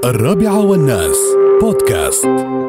الرابعة والناس بودكاست.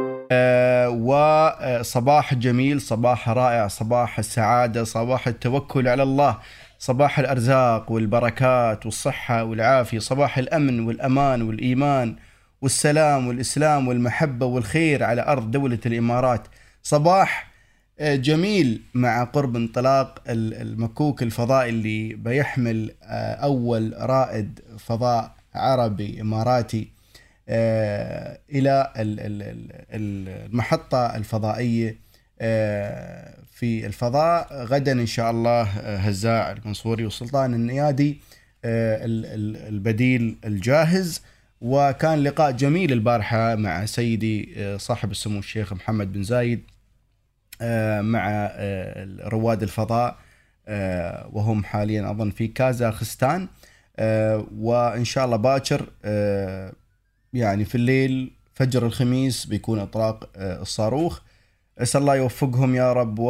وصباح جميل، صباح رائع، صباح السعادة، صباح التوكل على الله، صباح الأرزاق والبركات والصحة والعافية، صباح الأمن والأمان والإيمان والسلام والإسلام والمحبة والخير على أرض دولة الإمارات. صباح جميل مع قرب انطلاق المكوك الفضائي اللي بيحمل أول رائد فضاء عربي إماراتي إلى المحطة الفضائية في الفضاء غدا إن شاء الله. هزاع المنصوري والسلطان النيادي البديل الجاهز. وكان لقاء جميل البارحة مع سيدي صاحب السمو الشيخ محمد بن زايد مع رواد الفضاء، وهم حاليا أظن في كازاخستان. وإن شاء الله باكر يعني في الليل فجر الخميس بيكون إطلاق الصاروخ. أسأل الله يوفقهم يا رب،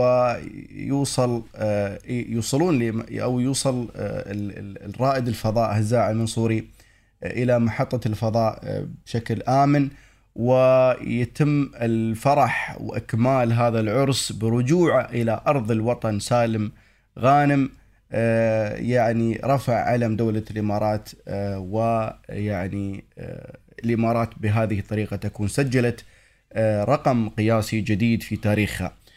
يوصلون أو يوصل الرائد الفضاء هزاع المنصوري إلى محطة الفضاء بشكل آمن، ويتم الفرح وإكمال هذا العرس برجوعه إلى أرض الوطن سالم غانم، يعني رفع علم دولة الإمارات. ويعني الإمارات بهذه الطريقة تكون سجلت رقم قياسي جديد في تاريخها.